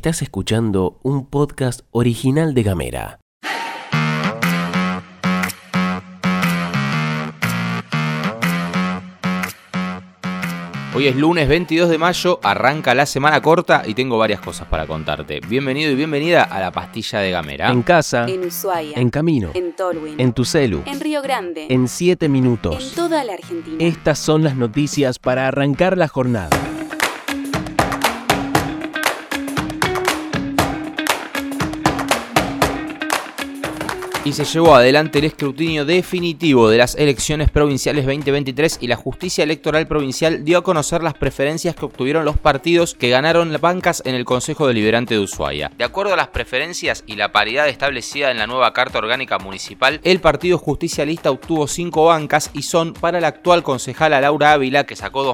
Estás escuchando un podcast original de Gamera. Hoy es lunes 22 de mayo, arranca la semana corta y tengo varias cosas para contarte. Bienvenido y bienvenida a la pastilla de Gamera. En casa, en Ushuaia, en camino, en Tolwyn, en tu celu, en Río Grande, en 7 minutos. en toda la Argentina. Estas son las noticias para arrancar la jornada. Y se llevó adelante el escrutinio definitivo de las elecciones provinciales 2023 y la Justicia Electoral Provincial dio a conocer las preferencias que obtuvieron los partidos que ganaron las bancas en el Consejo Deliberante de Ushuaia. De acuerdo a las preferencias y la paridad establecida en la nueva Carta Orgánica Municipal, el Partido Justicialista obtuvo 5 bancas y son para la actual concejala Laura Ávila, que sacó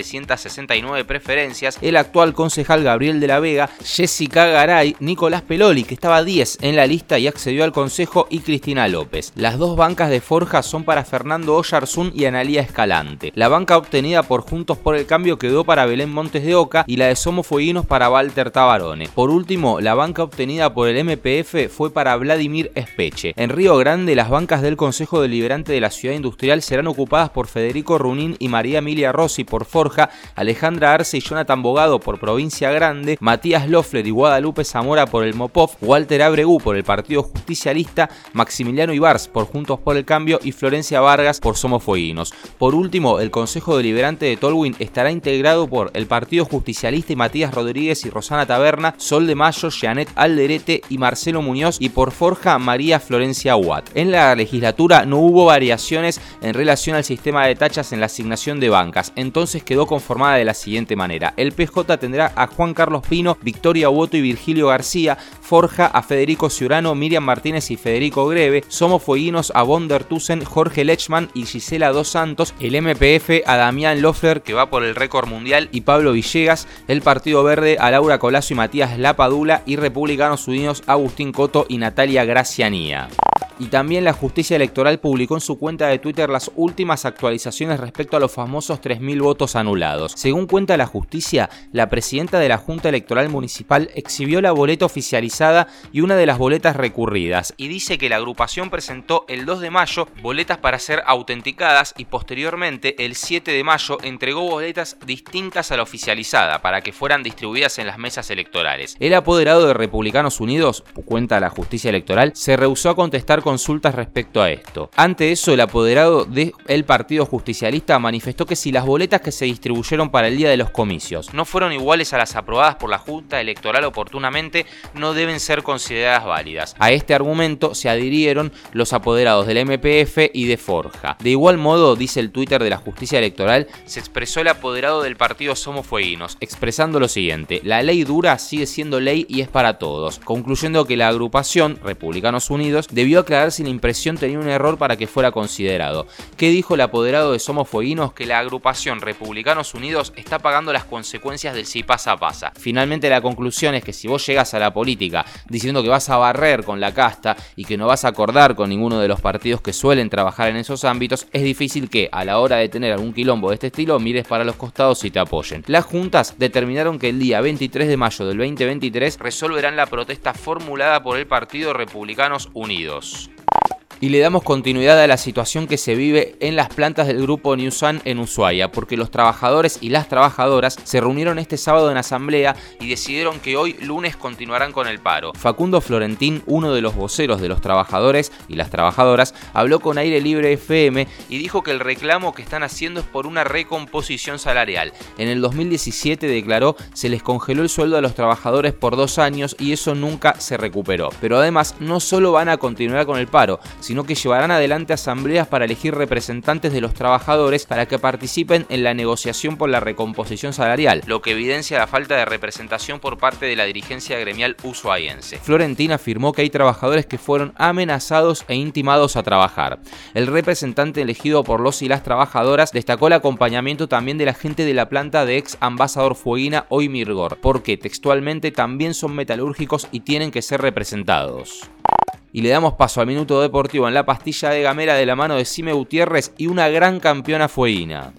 2.769 preferencias, el actual concejal Gabriel de la Vega, Jessica Garay, Nicolás Peloli, que estaba 10 en la lista y accedió al Consejo, y Cristina López. Las 2 bancas de Forja son para Fernando Oyarzún y Analía Escalante. La banca obtenida por Juntos por el Cambio quedó para Belén Montes de Oca y la de Somos Fueguinos para Walter Tabarone. Por último, la banca obtenida por el MPF fue para Vladimir Espeche. En Río Grande, las bancas del Consejo Deliberante de la Ciudad Industrial serán ocupadas por Federico Runín y María Emilia Rossi por Forja, Alejandra Arce y Jonathan Bogado por Provincia Grande, Matías Loeffler y Guadalupe Zamora por el MOPOF, Walter Abregú por el Partido Justicialista, Maximiliano Ibars por Juntos por el Cambio y Florencia Vargas por Somos Fueguinos. Por último, el Consejo Deliberante de Tolwyn estará integrado por el Partido Justicialista y Matías Rodríguez y Rosana Taberna, Sol de Mayo, Janet Alderete y Marcelo Muñoz, y por Forja María Florencia Watt. En la legislatura no hubo variaciones en relación al sistema de tachas en la asignación de bancas, entonces quedó conformada de la siguiente manera: el PJ tendrá a Juan Carlos Pino, Victoria Boto y Virgilio García, Forja a Federico Ciurano, Miriam Martínez y Federico Greve, Somos Fueguinos a Bonder Tusen, Jorge Lechman y Gisela Dos Santos, el MPF a Damián Loeffler, que va por el récord mundial, y Pablo Villegas, el Partido Verde a Laura Colazo y Matías Lapadula, y Republicanos Unidos a Agustín Coto y Natalia Gracianía. Y también la Justicia Electoral publicó en su cuenta de Twitter las últimas actualizaciones respecto a los famosos 3.000 votos anulados. Según cuenta la Justicia, la presidenta de la Junta Electoral Municipal exhibió la boleta oficializada y una de las boletas recurridas, y dice que la agrupación presentó el 2 de mayo boletas para ser autenticadas y posteriormente el 7 de mayo entregó boletas distintas a la oficializada para que fueran distribuidas en las mesas electorales. El apoderado de Republicanos Unidos, cuenta la Justicia Electoral, se rehusó a contestar consultas respecto a esto. Ante eso, el apoderado del Partido Justicialista manifestó que si las boletas que se distribuyeron para el día de los comicios no fueron iguales a las aprobadas por la Junta Electoral oportunamente, no deben ser consideradas válidas. A este argumento se adhirieron los apoderados del MPF y de Forja. De igual modo, dice el Twitter de la Justicia Electoral, se expresó el apoderado del Partido Somos Fueguinos, expresando lo siguiente: la ley dura sigue siendo ley y es para todos, concluyendo que la agrupación Republicanos Unidos debió aclarar si la impresión tenía un error para que fuera considerado. ¿Qué dijo el apoderado de Somos Fueguinos? Que la agrupación Republicanos Unidos está pagando las consecuencias del si pasa pasa. Finalmente, la conclusión es que si vos llegas a la política diciendo que vas a barrer con la casta y que no vas a acordar con ninguno de los partidos que suelen trabajar en esos ámbitos, es difícil que a la hora de tener algún quilombo de este estilo mires para los costados y te apoyen. Las juntas determinaron que el día 23 de mayo del 2023 resolverán la protesta formulada por el Partido Republicanos Unidos. Y le damos continuidad a la situación que se vive en las plantas del grupo Newsan en Ushuaia, porque los trabajadores y las trabajadoras se reunieron este sábado en asamblea y decidieron que hoy lunes continuarán con el paro. Facundo Florentín, uno de los voceros de los trabajadores y las trabajadoras, habló con Aire Libre FM y dijo que el reclamo que están haciendo es por una recomposición salarial. En el 2017, declaró, se les congeló el sueldo a los trabajadores por 2 años y eso nunca se recuperó. Pero además no solo van a continuar con el paro, sino que llevarán adelante asambleas para elegir representantes de los trabajadores para que participen en la negociación por la recomposición salarial, lo que evidencia la falta de representación por parte de la dirigencia gremial ushuaiense. Florentín afirmó que hay trabajadores que fueron amenazados e intimados a trabajar. El representante elegido por los y las trabajadoras destacó el acompañamiento también de la gente de la planta de ex Ambasador Fueguina, hoy Mirgor, porque textualmente también son metalúrgicos y tienen que ser representados. Y le damos paso al minuto deportivo en la pastilla de Gamera de la mano de Sime Gutiérrez y una gran campeona fueguina.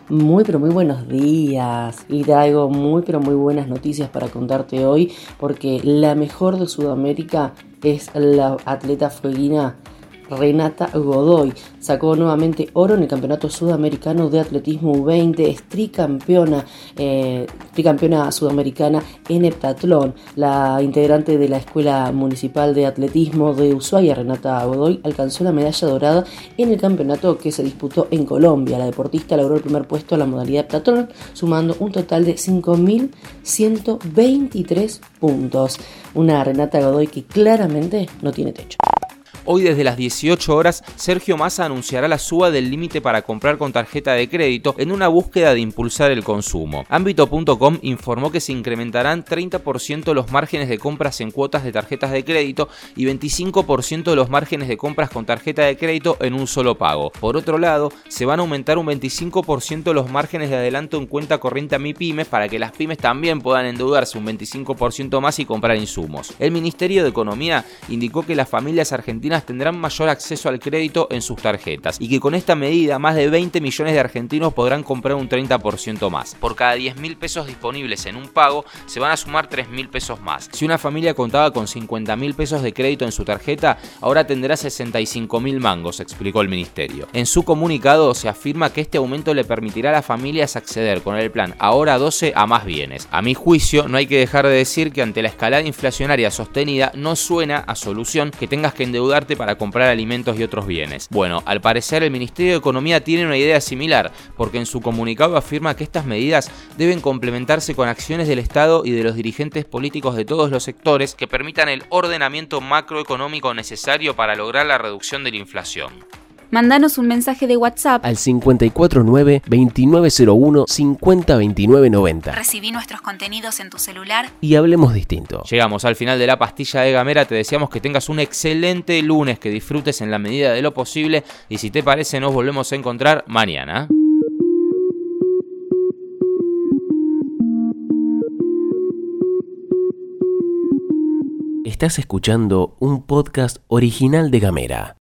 Muy pero muy buenos días, y traigo muy pero muy buenas noticias para contarte hoy, porque la mejor de Sudamérica es la atleta fueguina Renata Godoy. Sacó nuevamente oro en el Campeonato Sudamericano de Atletismo U20, es tricampeona sudamericana en heptatlón. La integrante de la Escuela Municipal de Atletismo de Ushuaia, Renata Godoy, alcanzó la medalla dorada en el campeonato que se disputó en Colombia. La deportista logró el primer puesto en la modalidad heptatlón, sumando un total de 5.123 puntos. Una Renata Godoy que claramente no tiene techo. Hoy desde las 18 horas, Sergio Massa anunciará la suba del límite para comprar con tarjeta de crédito en una búsqueda de impulsar el consumo. Ámbito.com informó que se incrementarán 30% los márgenes de compras en cuotas de tarjetas de crédito y 25% los márgenes de compras con tarjeta de crédito en un solo pago. Por otro lado, se van a aumentar un 25% los márgenes de adelanto en cuenta corriente a MIPYMES para que las pymes también puedan endeudarse un 25% más y comprar insumos. El Ministerio de Economía indicó que las familias argentinas tendrán mayor acceso al crédito en sus tarjetas y que con esta medida más de 20 millones de argentinos podrán comprar un 30% más. Por cada 10.000 pesos disponibles en un pago se van a sumar 3.000 pesos más. Si una familia contaba con 50.000 pesos de crédito en su tarjeta, ahora tendrá 65.000 mangos, explicó el ministerio. En su comunicado se afirma que este aumento le permitirá a las familias acceder con el plan Ahora 12 a más bienes. A mi juicio, no hay que dejar de decir que ante la escalada inflacionaria sostenida no suena a solución que tengas que endeudarte para comprar alimentos y otros bienes. Bueno, al parecer el Ministerio de Economía tiene una idea similar, porque en su comunicado afirma que estas medidas deben complementarse con acciones del Estado y de los dirigentes políticos de todos los sectores que permitan el ordenamiento macroeconómico necesario para lograr la reducción de la inflación. Mándanos un mensaje de WhatsApp al 549-2901-502990. Recibí nuestros contenidos en tu celular y hablemos distinto. Llegamos al final de la pastilla de Gamera. Te deseamos que tengas un excelente lunes, que disfrutes en la medida de lo posible y si te parece nos volvemos a encontrar mañana. Estás escuchando un podcast original de Gamera.